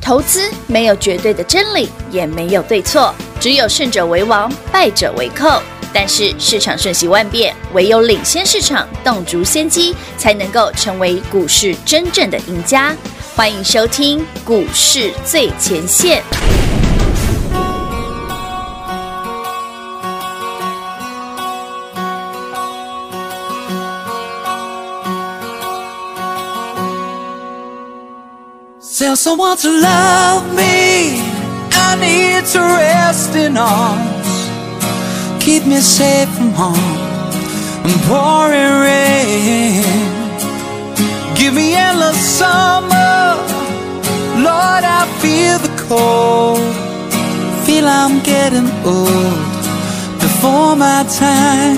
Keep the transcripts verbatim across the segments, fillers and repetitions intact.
投资没有绝对的真理，也没有对错，只有胜者为王，败者为寇。但是市场瞬息万变，唯有领先市场，洞烛先机，才能够成为股市真正的赢家。欢迎收听股市最前线。 Tell someone to love me, I need to rest in arms. Keep me safe from harm and pouring rain. Give me endless summer, Lord, I feel the cold. Feel I'm getting old before my time.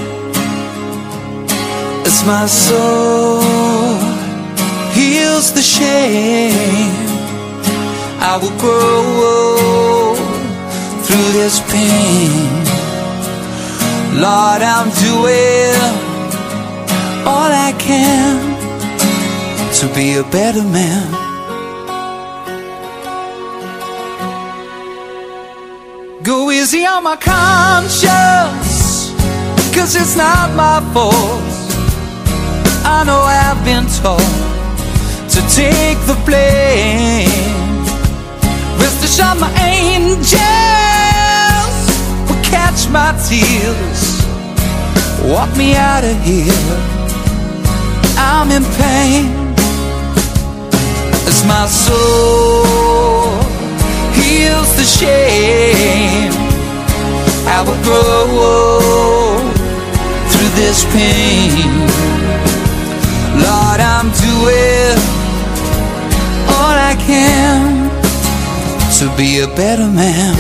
As my soul heals the shame, I will grow through this pain. Lord, I'm doing all I can to be a better man. Go easy on my conscience, 'cause it's not my fault. I know I've been told to take the blame. Rest assured my angels will catch my tears, walk me out of here. I'm in pain as my soul heals the shame. I will grow through this pain. Lord, I'm doing all I can to be a better man.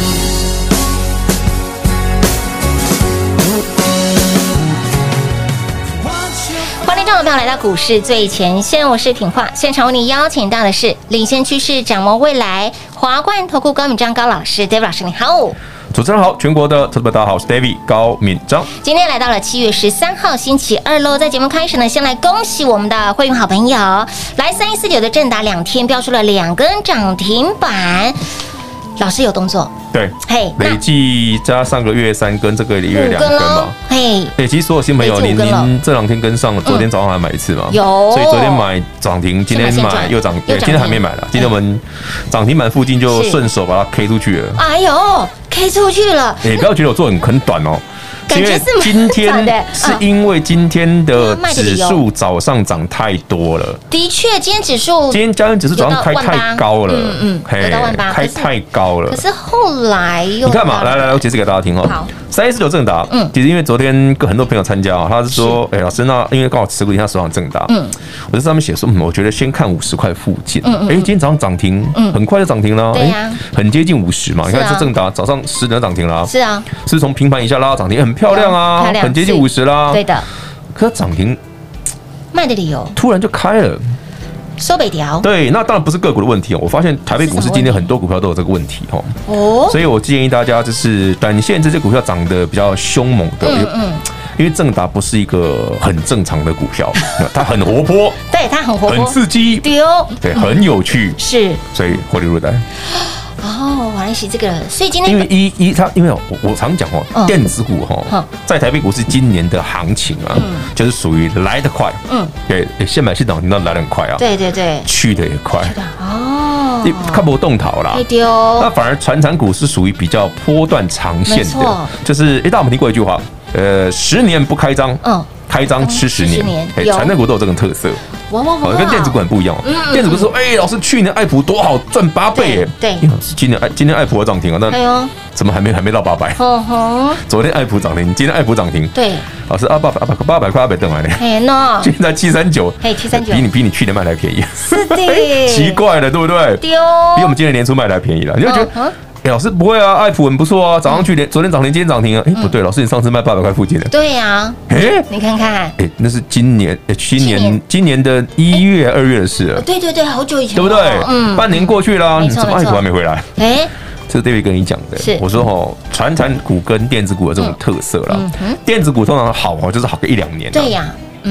欢迎众朋友来到股市最前线，我是品化，现场为你邀请到的是领先趋势、掌握未来华冠投顾高敏章高老师 ，David 老师，你好。 主持人好，全国的投资者大家好，我是 David 高敏章。 今天来到了七月十三号星期二喽，在节目开始呢，先来恭喜我们的会员好朋友，来三一四九的正达两天标出了两根涨停板，老师有动作。 对， 嘿， 累计加上个月三根，这个月两根嘛。 嘿， 对，其实所有新朋友，您您这两天跟上，昨天早上还买一次嘛？ 有， 所以昨天买涨停，今天买又涨，对，今天还没买了。今天我们涨停板附近就顺手把它 K 出去了。 哎呦 ，K 出去了！ 哎，不要觉得我做很很短哦。 因为今天是因为今天的指数早上涨太多了， 的确，今天指数今天加权指数早上开太高了， 嗯嗯，有到万八， 开太高了。 可是后来又你看嘛，来来来，我解释给大家听哈。好，三一四九正达，嗯，其实因为昨天跟很多朋友参加啊，他是说，哎，老师，那因为刚好持股他手上正达，嗯，我在上面写说，嗯，我觉得先看五十块附近，嗯嗯，哎，今天早上涨停，嗯，很快就涨停了， 对呀， 很接近五十嘛。你看这正达早上十点涨停了， 是啊， 是从平盘以下拉到涨停，很漂亮啊，很接近五十啦， 对的。 可是涨停卖的理由突然就开了， 收北调。 对，那当然不是个股的问题哦。我发现台北股市今天很多股票都有这个问题哦。哦，所以我建议大家就是短线这些股票涨得比较凶猛的，嗯嗯，因为正达不是一个很正常的股票，它很活泼， 对，它很活泼， 很刺激， 对哦， 对，很有趣， 是， 所以获利入袋。 哦，我来洗这个，所以今天因为一一它因为我我常讲哦，电子股哈，在台北股市今年的行情啊，就是属于来得快，嗯，对，现买现涨停都来得很快啊， 对对对， 去的也快， 哦， 看不动逃啦，那反而传产股是属于比较波段长线的，就是哎，大家有没有听过一句话？呃，十年不开张，嗯。开张吃十年，哎，传产股都有这种特色，哇哇哇，跟电子股很不一样。电子股说，哎，老师，去年爱普多好，赚八倍，哎，对，今年今天爱普涨停啊，那怎么还没还没到八百？昨天爱普涨停，今天爱普涨停，对，老师啊，八百八百块八百等来呢，哎喏，现在七三九，哎，七三九，比你比你去年卖的还便宜，是的，奇怪了，对不对？丢，比我们今年年初卖的还便宜了，你就觉得。哎，老师不会啊，爱普很不错啊，早上去年昨天涨停，今天涨停啊。哎，不对，老师你上次卖八百块附近的。对呀。哎，你看看。哎，那是今年，哎，今年今年的一月、二月的事了。对对对，好久以前。对不对？嗯。半年过去了，你怎么爱普还没回来？哎，这是 David 跟你讲的。是。我说哦，传产股跟电子股有这种特色啦。电子股通常好哦，就是好个一两年。对呀。嗯。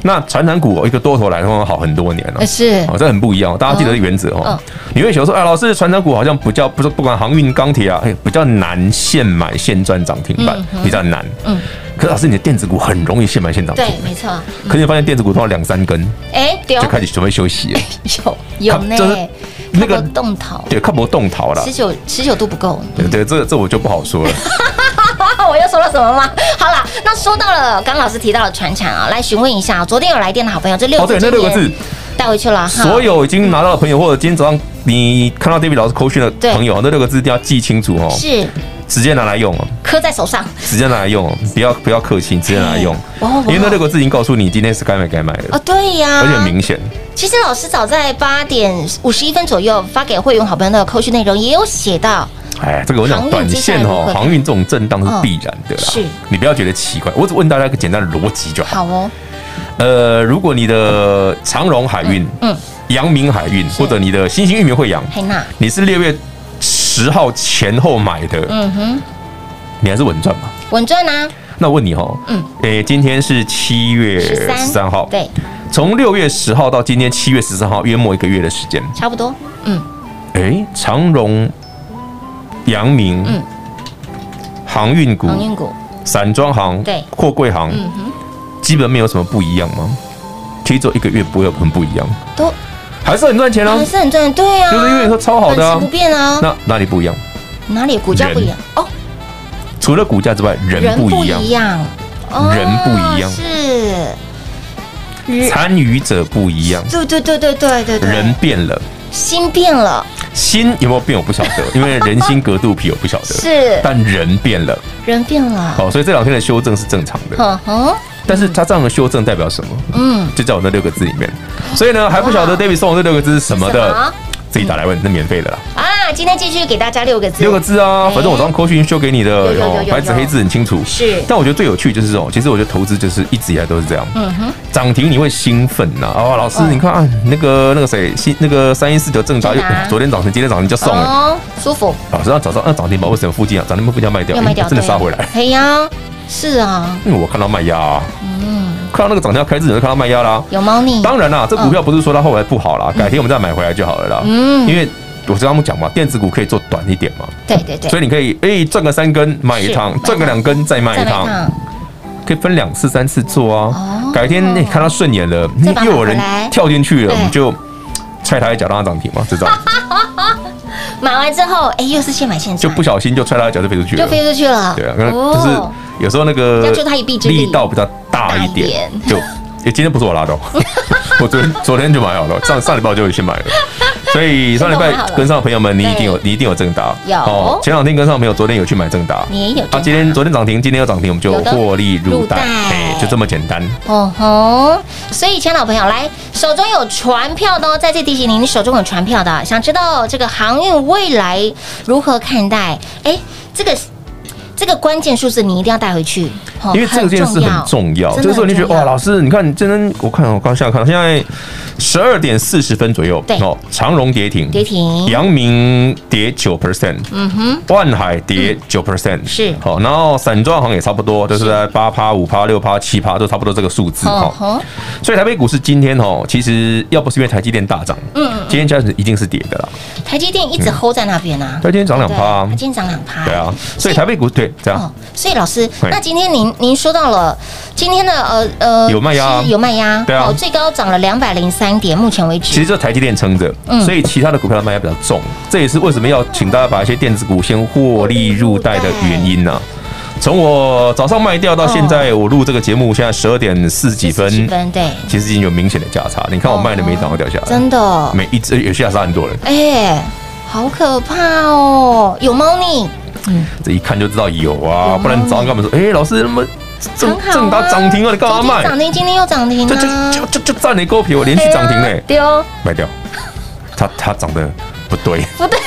那传产股一个多头来，会好很多年了， 是哦，这很不一样。大家记得原则哦。你会想说，哎，老师，传产股好像比较不是不管航运、钢铁啊，哎，比较难现买现赚涨停板，比较难。嗯。可是老师，你的电子股很容易现买现涨停。 对，没错。 可是你发现电子股通常两三根， 哎，就开始准备休息了。 有有呢。那个动逃， 对，看不动逃了， 持久持久度不够。 对对，这这我就不好说了。 我又说了什么吗？好啦，那说到了刚老师提到的传产啊，来询问一下，昨天有来电的好朋友，这六哦对，那六个字带回去了。 所有已经拿到的朋友，或者今天早上你看到 David 老师口讯的朋友，那六个字一定要记清楚哦。是。直接拿来用哦， 刻在手上， 直接拿来用哦，不要不要客气，直接拿来用，因为那六个字已经告诉你今天是该买该买的哦，对呀， 而且很明显。 其实老师早在八点五十一分左右发给会员好朋友的扣讯内容也有写到， 哎，这个我讲短线哦，航运这种震荡是必然的啦，是你不要觉得奇怪，我只问大家一个简单的逻辑就好。好哦，呃，如果你的长荣海运、嗯，阳明海运或者你的新兴裕民汇阳，你是六月十号前后买的，嗯哼，你还是稳赚吗？ 稳赚啊！ 那我问你哈，嗯，诶，今天是七月十三号， 对， 从六月十号到今天七月十三号，约莫一个月的时间， 差不多，嗯， 诶，长荣、阳明，嗯，航运股、 航运股、 散装航、 对， 货柜航，嗯哼，基本没有什么不一样吗？其实做一个月不会有很不一样， 都。 还是很赚钱啊， 还是很赚，对啊， 就是因为说超好的啊， 不变啊。 那哪里不一样？ 哪里股价不一样？哦， 除了股价之外，人不一样，人不一样，是参与者不一样。 对对对对对对对， 人变了， 心变了， 心有没有变我不晓得，因为人心隔肚皮我不晓得， 是， 但人变了， 人变了。 好，所以这两天的修正是正常的。嗯哼。但是它这样的修正代表什么？嗯，就在我那六个字里面。所以呢，还不晓得 David 送我这六个字是什么的，自己打来问，那免费的啦。 啊，今天继续给大家六个字， 六个字啊，反正我早上扣讯修给你的，哦，白纸黑字很清楚。是，但我觉得最有趣就是哦，其实我觉得投资就是一直以来都是这样。嗯哼，涨停你会兴奋呐，哦，老师你看那个那个谁，那个三一四九正达又昨天涨停，今天涨停就送了， 舒服。 老师那早上那涨停宝为什么附近啊？涨停附近要卖掉，真的杀回来。 哎呀。是啊， 因为我看到卖压啊，嗯，看到那个涨价开支，就看到卖压啦。 有猫腻。 当然啦，这股票不是说它后来不好啦，改天我们再买回来就好了啦。嗯，因为我刚刚讲嘛，电子股可以做短一点嘛。 对对对。 所以你可以哎赚个三根卖一趟，赚个两根再卖一趟，可以分两次三次做啊。改天你看它顺眼了，又有人跳进去了，我们就踹他一脚让它涨停嘛，就这样。 买完之后，哎，又是现买现赚， 就不小心就踹他一脚就飞出去了， 就飞出去了。 对啊，就是有时候那个要助他一臂之力， 力道比较大一点。就，哎，今天不是我拉的，我昨天昨天就买好了，上上礼拜我就先买了。所以上礼拜跟上的朋友们，你一定有你一定有正达。 有哦， 前两天跟上的朋友，昨天有去买正达， 你也有。 啊，今天昨天涨停，今天又涨停，我们就获利入袋，哎，就这么简单。 哦吼，所以，亲爱的朋友，来手中有船票的哦，在这提醒您，手中有船票的，想知道这个航运未来如何看待？哎，这个。这个关键数字你一定要带回去， 因为这件事很重要。这个时候你觉得哇，老师，你看，真的，我看我刚下看，现在十二点四十分左右，哦，长荣跌停， 跌停， 阳明跌九 percent， 嗯哼，万海跌九 percent， 是，好，然后散装行也差不多，就是在八趴、五趴、六趴、七趴，都差不多这个数字哈。所以台北股市今天哦，其实要不是因为台积电大涨，嗯，今天价值一定是跌的啦。 台积电一直 hold 在那边啊， 它今天涨两趴， 它今天涨两趴， 对啊，所以台北股对。这样、哦， 所以老师，那今天您您说到了今天的呃呃有卖压， 有卖压， 对啊， 哦，最高涨了两百零三点，目前为止， 其实这台积电撑着，嗯，所以其他的股票的卖压比较重，这也是为什么要请大家把一些电子股先获利入袋的原因呢、啊。从我早上卖掉到现在，我录这个节目，现在十二点四十几分， 对， 其实已经有明显的价差。你看我卖的每一档都掉下来， 真的， 每一只有下杀很多人， 哎，好可怕哦，有猫腻。 嗯，这一看就知道有啊，不然早上干嘛说？哎，老师，那么正正打涨停啊，你干嘛卖？ 涨停，今天又涨停， 就就就就就占你狗皮，我连续涨停嘞， 丢卖掉。它它涨得不对， 不对，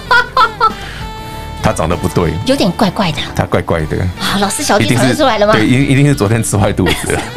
它涨得不对， 有点怪怪的， 它怪怪的。 啊，老师小弟传出来了吗？ 对，一一定是昨天吃坏肚子了。 吃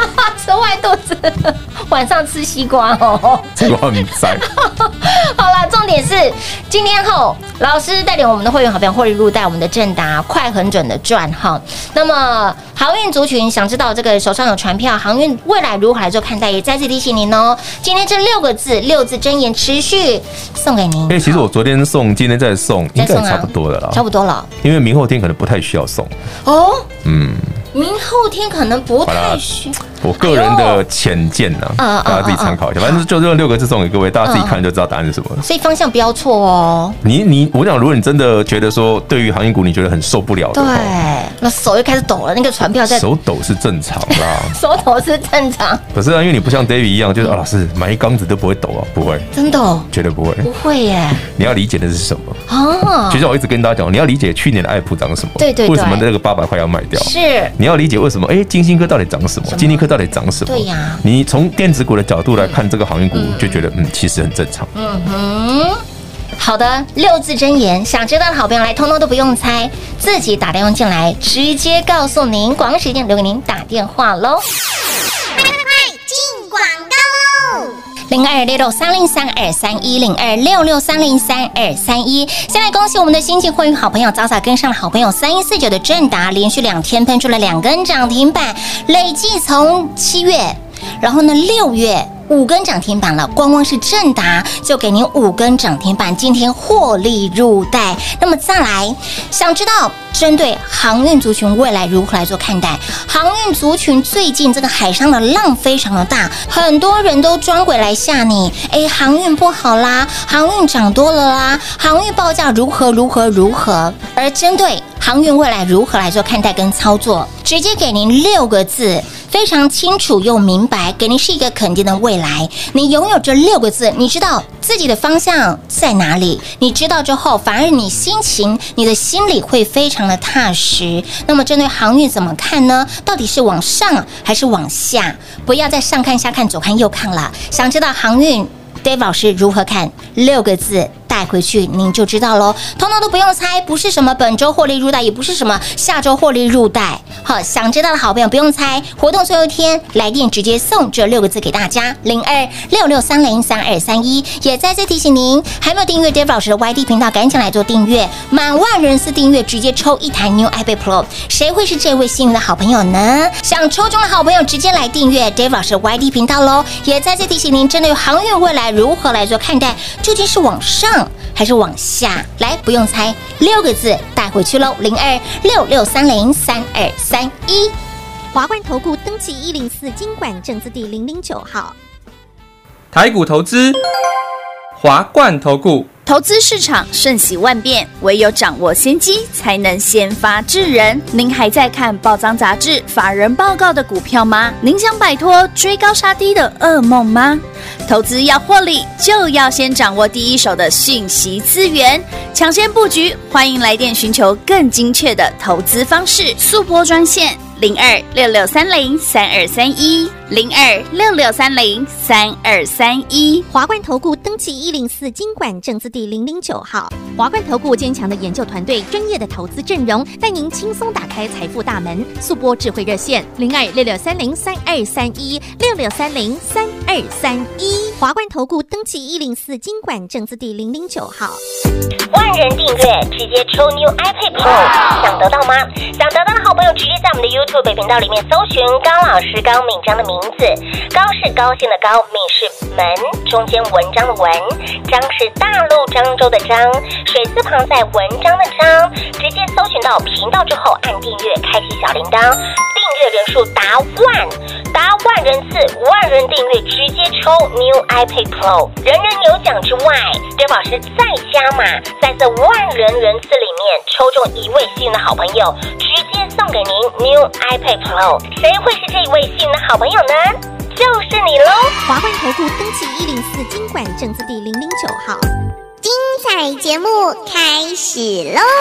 都坏肚子，晚上吃西瓜哦。 这个很赞。 好了，重点是今天后老师带领我们的会员好朋友获利入袋，我们的正达快很准的赚哈。那么航运族群想知道这个手上有船票，航运未来如何来做看待，也再次提醒您哦。今天这六个字六字真言持续送给您。 哎，其实我昨天送，今天再送，应该差不多了啦， 差不多了。 因为明后天可能不太需要送哦。嗯。明后天可能不太需， 我个人的浅见呢，大家自己参考一下。反正就这六个字送给各位，大家自己看就知道答案是什么。 所以方向不要错哦。 你你我讲，如果你真的觉得说对于航运股你觉得很受不了的， 对，那手又开始抖了，那个船票在手抖是正常啦， 手抖是正常。 不是啊，因为你不像 David 一样，就是啊，老师买一缸子都不会抖啊，不会， 真的， 绝对不会， 不会耶。 你要理解的是什么？ 哦， 其实我一直跟大家讲，你要理解去年的爱普涨什么， 对对， 为什么那个八百块要卖掉？ 是， 你要理解为什么？哎。金星科到底涨什么？金立科到底涨什么？ 对呀， 你从电子股的角度来看这个航运股，就觉得嗯，其实很正常。 嗯哼，好的，六字真言，想知道的好朋友来，通通都不用猜，自己打电话进来，直接告诉您。广告时间留给您打电话喽。快快快，进广告喽！零二六六三零三二三一零二六六三零三二三一，先来恭喜我们的新进会员好朋友，早早跟上的好朋友三一四九的正达，连续两天喷出了两根涨停板，累计从七月，然后呢六月。五根涨停板了，光光是正达就给您五根涨停板，今天获利入袋。那么再来，想知道针对航运族群未来如何来做看待？航运族群最近这个海上的浪非常的大，很多人都装鬼来吓你，哎，航运不好啦，航运涨多了啦，航运报价如何如何如何。而针对航运未来如何来做看待跟操作，直接给您六个字。非常清楚又明白，给您是一个肯定的未来。你拥有这六个字，你知道自己的方向在哪里？你知道之后，反而你心情、你的心里会非常的踏实。那么，针对航运怎么看呢？到底是往上还是往下？不要再上看下看、左看右看了。想知道航运 Dave 老师如何看？六个字。带回去您就知道喽，通通都不用猜，不是什么本周获利入袋，也不是什么下周获利入袋。好，想知道的好朋友不用猜，活动最后一天来电直接送这六个字给大家，零二六六三零三二三一。也再次提醒您，还没有订阅 Dave 老师的 Y T 频道，赶紧来做订阅，满万人次订阅直接抽一台 New iPad Pro， 谁会是这位幸运的好朋友呢？想抽中的好朋友直接来订阅 Dave 老师的 Y T 频道喽。也再次提醒您，针对航运未来如何来做看待，究竟是往上还是往下？来，不用猜，六个字带回去喽，零二六六三零三二三一。 华冠投顾登记一零四金管证字第零零九号。 台股投资，华冠投顾。 投资市场瞬息万变，唯有掌握先机，才能先发制人。您还在看报章杂志、法人报告的股票吗？您想摆脱追高杀低的噩梦吗？投资要获利，就要先掌握第一手的讯息资源，抢先布局。欢迎来电寻求更精确的投资方式，速拨专线零二六六三零三二三一零二六六三零三二三一。 华冠投顾登记一零四金管证字第零零九号。华冠投顾坚强的研究团队，专业的投资阵容，带您轻松打开财富大门。速拨智慧热线零二六六三零三二三一六六三零三二三一。华冠投顾登记一零四金管证字第零零九号。 万人订阅，直接抽 New iPad Pro， 想得到吗？想得到的好朋友，直接在我们的 YouTube 频道里面搜寻高老师高敏章的名字，高是高兴的高，敏是门，中间文章的文，章是大陆漳州的漳，水字旁在文章的章。直接搜寻到频道之后，按订阅，开启小铃铛，订阅人数达万，达万人次，万人订阅，直接抽 New iPad Pro， 人人有奖之外，Dave老师再加码，在这万人人次里面抽中一位幸运的好朋友，直接送给您 New iPad Pro。 谁会是这一位幸运的好朋友呢？就是你喽！ 华冠投顾登记一零四金管证字第零零九号。 精彩节目开始喽！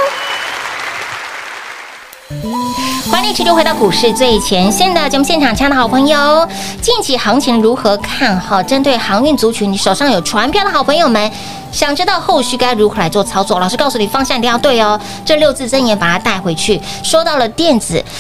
欢迎持续回到股市最前线的节目现场，亲爱的好朋友，近期行情如何看？哈，针对航运族群，你手上有船票的好朋友们，想知道后续该如何来做操作？老师告诉你，方向一定要对哦。这六字真言把它带回去。说到了电子，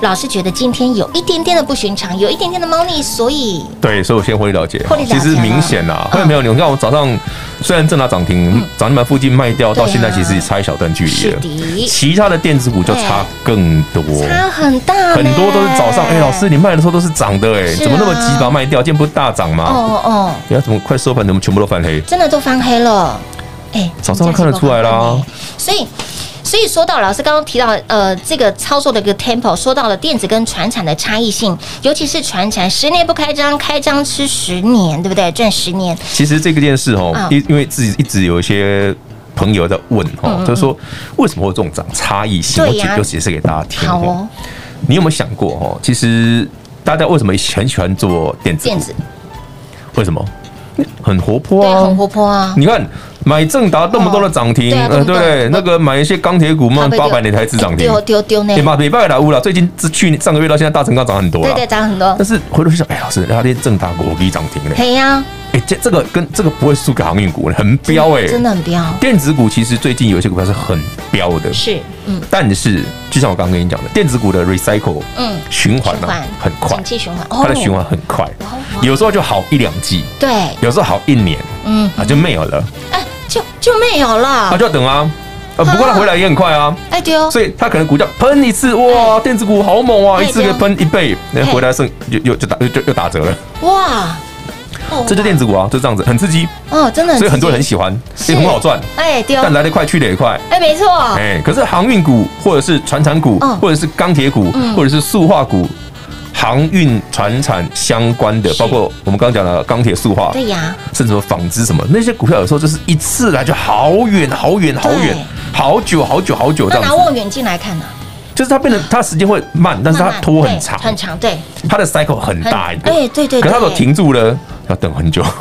老师觉得今天有一点点的不寻常，有一点点的猫腻，所以对，所以我先获利了结。 获利了结其实明显啊，会没有？你看我早上虽然正大涨停，涨停板附近卖掉，到现在其实也差一小段距离了。其他的电子股就差更多， 差很大， 很多都是早上，哎，老师你卖的时候都是涨的，哎，怎么那么急把它卖掉？今天不是大涨吗？哦哦，你看怎么快收盘，怎么全部都翻黑？ 真的都翻黑了，哎， 早上看得出来啦。 所以。所以说到老师刚刚提到，呃，这个操作的一个 tempo， 说到了电子跟传产的差异性，尤其是传产，十年不开张，开张吃十年，对不对？赚十年。 其实这个件事哦，因因为自己一直有一些朋友在问哦，就是说为什么会有这种涨差异性？我就解释给大家听。 好哦。 你有没有想过哦？其实大家为什么很喜欢做电子？ 电子。 为什么？很活泼啊， 很活泼啊！ 你看买正达那么多的涨停，呃，对不对？那个买一些钢铁股嘛，八百年才只涨停， 丢丢丢那， 对吧？礼拜来乌了，最近是去年上个月到现在，大成钢涨很多了， 对对，涨很多。 但是回头去想，哎，老师，那些正达股我可以涨停嘞， 对呀。 哎，这这个跟这个不会输给航运股，很飙哎， 真的很飙。 电子股其实最近有一些股票是很飙的， 是，嗯。 但是就像我刚刚跟你讲的，电子股的 recycle， 嗯，循环呢很快， 景气循环， 它的循环很快，有时候就好一两季， 对， 有时候好一年，嗯，啊就没有了， 哎，就就没有了， 那就要等啊。呃，不过它回来也很快啊， 哎对哦， 所以它可能股价喷一次，哇，电子股好猛啊，一次可以喷一倍，那回来剩又又就打又又打折了，哇。这就电子股啊，就这样子，很刺激哦，真的， 所以很多人很喜欢，也很好赚， 哎，对， 但来得快去得也快， 哎，没错， 哎，可是航运股或者是传产股，或者是钢铁股，或者是塑化股，航运、传产相关的，包括我们刚刚讲的钢铁、塑化， 对呀， 甚至什么纺织什么那些股票，有时候就是一次来就好远、好远、好远，好久、好久、好久这样子。 拿望远镜来看呢？ 就是它变成它时间会慢，但是它拖很长， 很长，对， 它的 cycle 很大一个， 哎，对对， 可是它如果停住了，要等很久。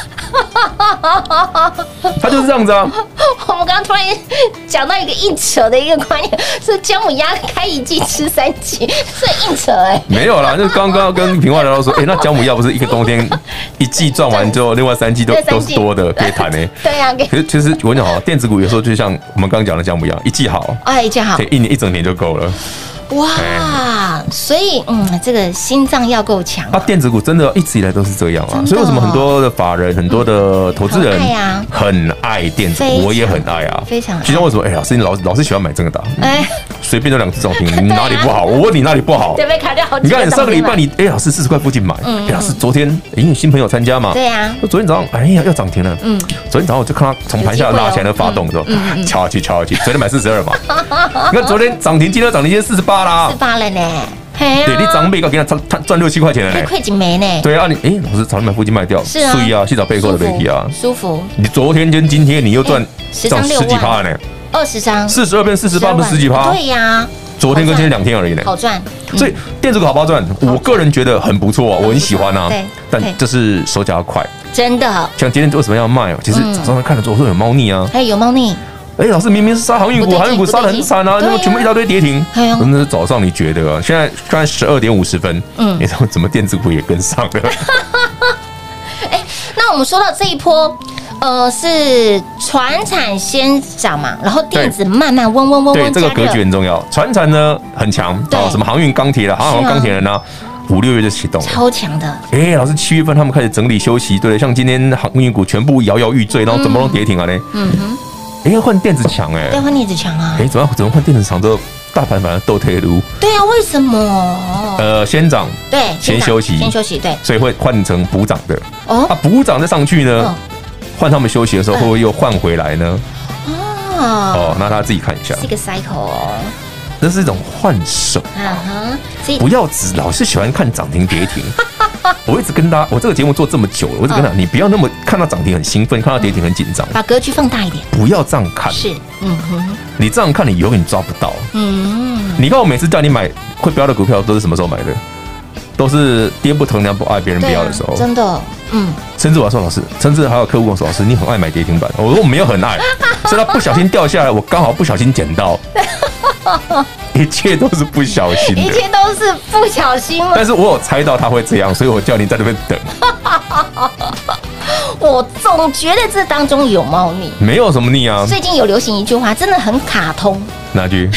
它就是这样子啊。 我们刚刚突然讲到一个硬扯的一个观念，是姜母鸭开一季吃三季，是硬扯哎、欸。 没有啦，就刚刚跟平话聊到说，哎、欸，那姜母鸭不是一个冬天一季赚完之后，另外三季都都是多的，可以谈哎。 对呀、啊， 其实其实我跟你讲哈，电子股有时候就像我们刚刚讲的姜母鸭，一季好， 哎，一季好， 一年一整年就够了。 哇，所以嗯，这个心脏要够强。 啊，电子股真的一直以来都是这样啊，所以为什么很多的法人、很多的投资人很爱电子股，我也很爱啊， 非常。 就像为什么？哎，老师你老老是喜欢买正达，哎，随便就两只涨停，你哪里不好？我问你哪里不好？ 对，被卡掉好几。 你看你上个礼拜你哎，老师四十块附近买，哎，老师昨天因为新朋友参加嘛， 对呀， 昨天早上哎呀要涨停了，嗯，昨天早上我就看他从盘下拉起来的发动之后，敲下去敲下去，昨天买四十二嘛，你看昨天涨停，今天涨停，今天四十八啦， 四八了呢。 对，你涨倍高，给他赚赚赚六七块钱了呢， 亏几枚呢？ 对啊，你哎，老师早买附近卖掉， 是啊， 所以啊，去找背后的背体啊， 舒服。 你昨天跟今天你又赚涨十几趴了呢， 二十张， 四十二变四十八，不是十几趴？ 对呀， 昨天跟今天两天而已呢， 好赚。 所以电子股好不好赚？我个人觉得很不错，我很喜欢啊。对，但就是手脚要快， 真的。 像今天为什么要卖哦？其实早上看了之后说有猫腻啊， 哎，有猫腻。 哎，老师明明是杀航运股，航运股杀得很惨啊，那全部一大堆跌停。那是早上你觉得啊？现在刚才十二点五十分，嗯，你说怎么电子股也跟上了？ 哎，那我们说到这一波，呃，是传产先涨嘛，然后电子慢慢温温温温。 对，这个格局很重要。传产呢很强，哦，什么航运、钢铁了，航航钢铁人呢？五六月就启动了， 超强的。 哎，老师，七月份他们开始整理休息，对，像今天航运股全部摇摇欲坠，然后怎么都跌停啊嘞？嗯哼。哎，要换电子强哎， 要换电子强啊！ 哎，怎么怎么换电子强之后，大盘反而倒退路？ 对啊，为什么？ 呃，先涨， 对， 先休息， 先休息，对， 所以会换成补涨的。哦，啊，补涨再上去呢，换他们休息的时候，会不会又换回来呢？哦，哦，那大家自己看一下， 是一个 cycle 哦。 那是一种换手，不要只老是喜欢看涨停跌停。我一直跟大家，我这个节目做这么久了，我一直跟他，你不要那么看到涨停很兴奋，看到跌停很紧张， 把格局放大一点， 不要这样看。 是，嗯哼， 你这样看，你永远抓不到。嗯，你看我每次叫你买会飙的股票，都是什么时候买的？都是爹不疼娘不爱别人不要的时候， 真的，嗯。 甚至我说老师，甚至还有客户跟我说老师，你很爱买跌停板，我说我没有很爱，所以他不小心掉下来，我刚好不小心捡到。一切都是不小心的， 一切都是不小心吗？ 但是我有猜到他会这样，所以我叫你在那边等。 我总觉得这当中有猫腻， 没有什么腻啊。 最近有流行一句话，真的很卡通。 哪句？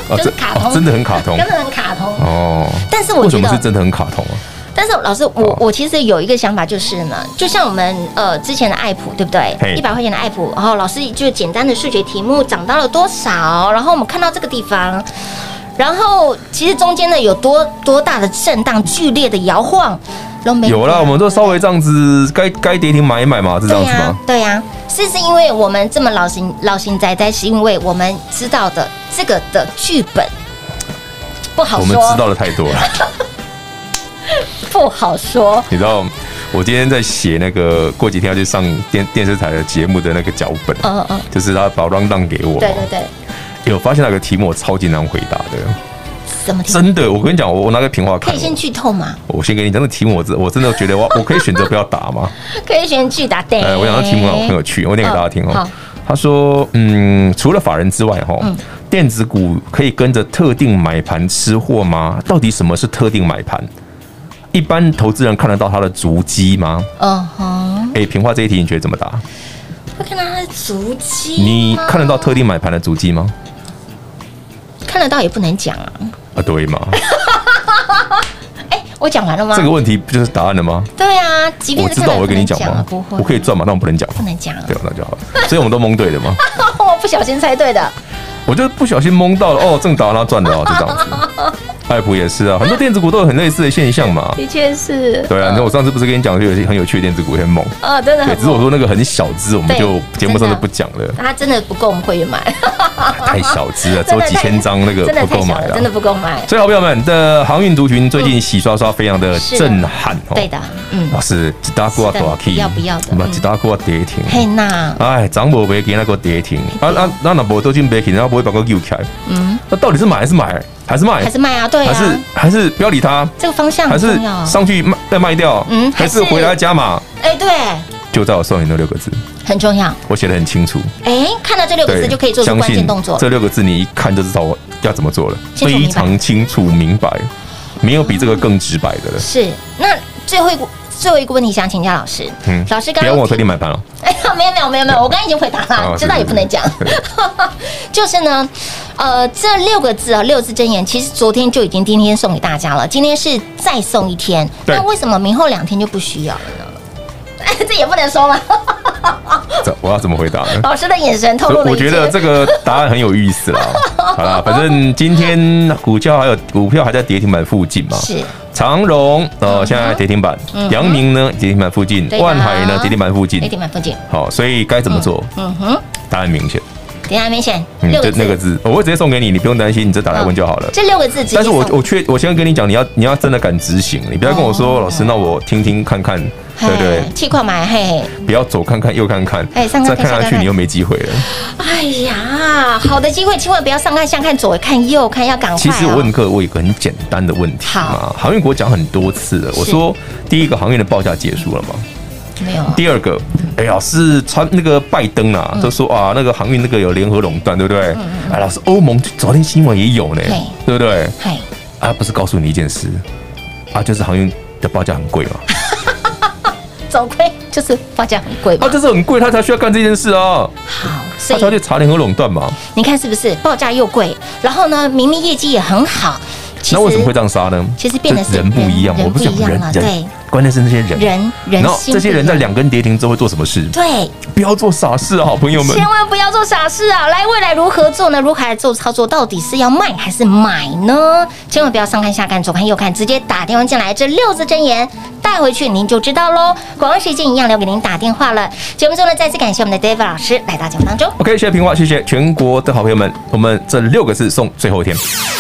就是卡通， 真的很卡通， 真的很卡通哦。 但是我觉得为什么是真的很卡通啊？ 但是老师，我我其实有一个想法，就是呢，就像我们呃之前的爱普，对不对？一百块钱的爱普，然后老师就简单的数学题目涨到了多少，然后我们看到这个地方，然后其实中间呢有多多大的震荡、剧烈的摇晃，都没有啦，我们都稍微这样子，该该跌停买一买嘛，是这样子吗？ 对呀、啊，是是因为我们这么老型老型宅宅，是因为我们知道的这个的剧本不好说， 我们知道的太多了。 不好说， 你知道，我今天在写那个过几天要去上电电视台的节目的那个脚本，嗯嗯，就是他把 round down 给我， 对对对。 欸、我发现那个题目我超级难回答的， 什么题目？ 真的，我跟你讲，我我拿个平话看， 可以先剧透吗？ 我先给你讲那个题目，我真我真的觉得我我可以选择不要答吗？ 可以选剧答对。 哎，我讲那题目很有趣，我念给大家听哦。他说，嗯，除了法人之外，哈、嗯，电子股可以跟着特定买盘吃货吗？到底什么是特定买盘？一般投资人看得到它的足迹吗？嗯哼。哎，平话这一题你觉得怎么答？ 会看到它的足迹？ 你看得到特定买盘的足迹吗？ 看得到也不能讲啊。 啊，对嘛？ 哎，我讲完了吗？ 这个问题不就是答案了吗？ 对啊，即便我知道我会跟你讲吗？ 不会， 我可以赚嘛，但我不能讲。 不能讲。 对，那就好了。所以我们都蒙对的嘛。 我不小心猜对的。 我就不小心蒙到了哦，正打他赚的哦，就这样子。爱普也是啊，很多电子股都有很类似的现象嘛。 的确是。 对啊，那我上次不是跟你讲，就有些很有趣的电子股很猛啊，真的很猛。 对，只是我说那个很小只，我们就节目上就不讲了。 它真的不够我们会员买， 太小只了，只有几千张，那个不够买了， 真的不够买。 所以，好朋友们的航运族群最近洗刷刷非常的震撼哦。 对的，嗯， 老师，一大股多 K， 要不要的？ 一大股跌停。 嘿那， 哎，涨无别给那个跌停，啊啊，那那无都进跌停，然后不会把个救起来。嗯，那到底是买还是买？还是卖？ 还是卖啊？对啊。 还是还是不要理它？ 这个方向还是上去卖再卖掉？嗯，还是回来加码？ 哎，对。 就在我送你那六个字， 很重要， 我写得很清楚。 哎，看到这六个字就可以做出关键动作。 这六个字你一看就知道我要怎么做了，非常清楚明白，没有比这个更直白的了。 是，那最后一个最后一个问题想请教老师。嗯，老师刚刚不要问我特定买盘了。 哎，没有没有没有没有，我刚刚已经回答了，知道也不能讲。就是呢，呃，这六个字啊，六字真言，其实昨天就已经今天送给大家了，今天是再送一天。那为什么明后两天就不需要了呢？这也不能说吗？ 这我要怎么回答呢？ 老师的眼神透露了一切。 我觉得这个答案很有意思啦。好啦，反正今天股价还有股票还在跌停板附近嘛。是。长荣呃现在跌停板，阳明呢跌停板附近，万海呢跌停板附近。 跌停板附近。 好，所以该怎么做？嗯哼，答案明显。 答案明显。 嗯，就那个字，我会直接送给你，你不用担心，你这打来问就好了。 这六个字直接。 但是我我确我先跟你讲，你要你要真的敢执行，你不要跟我说老师，那我听听看看。对对， 气矿买嘿， 不要左看看右看看，哎，再看下去你又没机会了。 哎呀，好的机会千万不要上看下看左看右看，要赶快。 其实我问各位一个很简单的问题嘛，航运股讲很多次了，我说第一个航运的报价结束了吗？ 没有。 第二个，哎，老师传那个拜登啊，就说啊，那个航运那个有联合垄断，对不对？哎，老师，欧盟昨天新闻也有呢，对不对？啊，不是告诉你一件事啊，就是航运的报价很贵嘛。 走亏就是报价很贵嘛， 啊，这是很贵，他才需要干这件事啊。 好， 他才要去查联合垄断嘛。 你看是不是报价又贵，然后呢，明明业绩也很好， 那为什么会这样杀呢？ 其实变得是人不一样，我不讲人，对，关键是那些人， 人人， 然后这些人在两根跌停之后会做什么事？ 对， 不要做傻事啊，好朋友们， 千万不要做傻事啊！来，未来如何做呢？如何来做操作？到底是要卖还是买呢？千万不要上看下看，左看右看，直接打电话进来，这六字真言带回去您就知道喽。广告时间一样留给您打电话了。节目中呢，再次感谢我们的 David 老师来到节目当中。 OK， 谢谢平话，谢谢全国的好朋友们，我们这六个字送最后一天。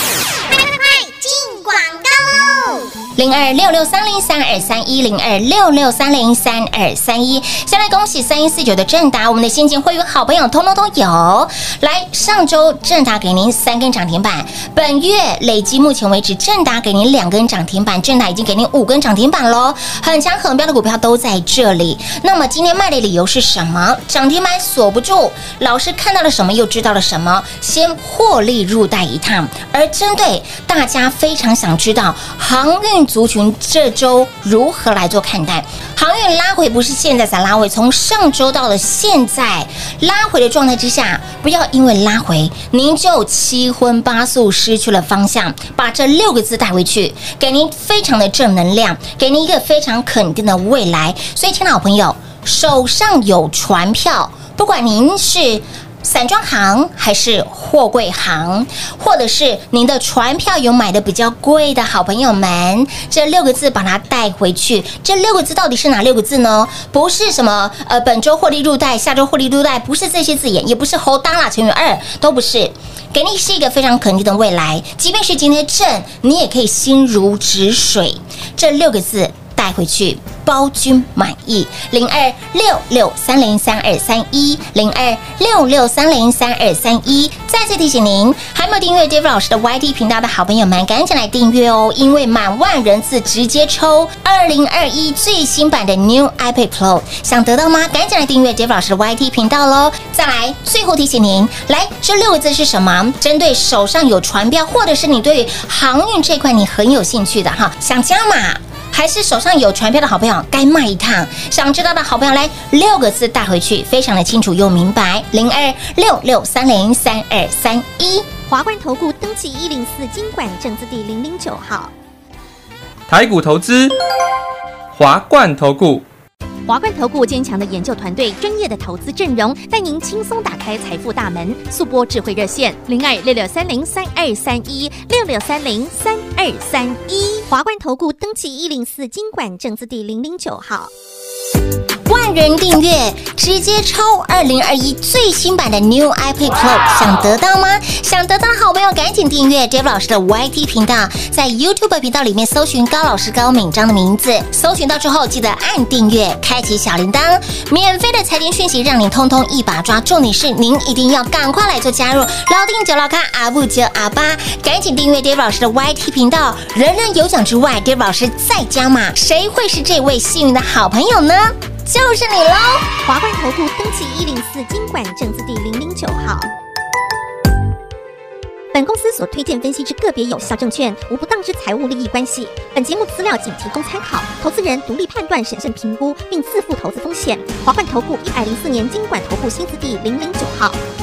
零二六六三零三二三一零二六六三零三二三一，先来恭喜三一四九的正达，我们的先进会员好朋友通通都有。来，上周正达给您三根涨停板，本月累计目前为止正达给您两根涨停板，正达已经给您五根涨停板喽，很强很标的股票都在这里。那么今天卖的理由是什么？涨停板锁不住，老师看到了什么又知道了什么？先获利入袋一趟。而针对大家非常想知道航运族群这周如何来做看待？航运拉回不是现在才拉回，从上周到了现在拉回的状态之下，不要因为拉回您就七荤八素失去了方向，把这六个字带回去，给您非常的正能量，给您一个非常肯定的未来。所以，亲爱的好朋友，手上有船票，不管您是散装行还是货柜行，或者是您的船票有买的比较贵的好朋友们，这六个字把它带回去。这六个字到底是哪六个字呢？不是什么呃本周获利入袋，下周获利入袋，不是这些字眼，也不是猴当啦乘以二，都不是。给你是一个非常肯定的未来，即便是今天震，你也可以心如止水。这六个字带回去，包君满意。零二六六三零三二三一，零二六六三零三二三一。再次提醒您，还没有订阅 David 老师的 Y T 频道的好朋友们，赶紧来订阅哦！因为满万人次直接抽二零二一最新版的 New iPad Pro， 想得到吗？赶紧来订阅 David 老师的 Y T 频道喽！再来，最后提醒您，来这六个字是什么？针对手上有船票，或者是你对于航运这块你很有兴趣的哈，想加码。还是手上有船票的好朋友该卖一趟，想知道的好朋友来六个字带回去，非常的清楚又明白。零二六六三零三二三一， 华冠投顾登记一零四金管证字第零零九号。 台股投资，华冠投顾。 华冠投顾坚强的研究团队，专业的投资阵容，带您轻松打开财富大门。速播智慧热线零二六六三零三二三一六六三零三二三一。华冠投顾登记一零四金管证字第零零九号。 万人订阅，直接抽二零二一最新版的 New iPad Pro， 想得到吗？想得到的好朋友赶紧订阅 David 老师的 Y T 频道，在 YouTube 频道里面搜寻高老师高敏章的名字，搜寻到之后记得按订阅，开启小铃铛，免费的财经讯息让您通通一把抓。重点是您一定要赶快来做加入，老定九老咖阿布九阿八，赶紧订阅 David 老师的 Y T 频道，人人有奖之外 ，David 老师再加码，谁会是这位幸运的好朋友呢？就是你喽！ 华冠投顾登记一零四金管证字第零零九号。本公司所推荐分析之个别有效证券，无不当之财务利益关系。本节目资料仅提供参考，投资人独立判断、审慎评估，并自负投资风险。华冠投顾一百零四年金管投顾新字第零零九号。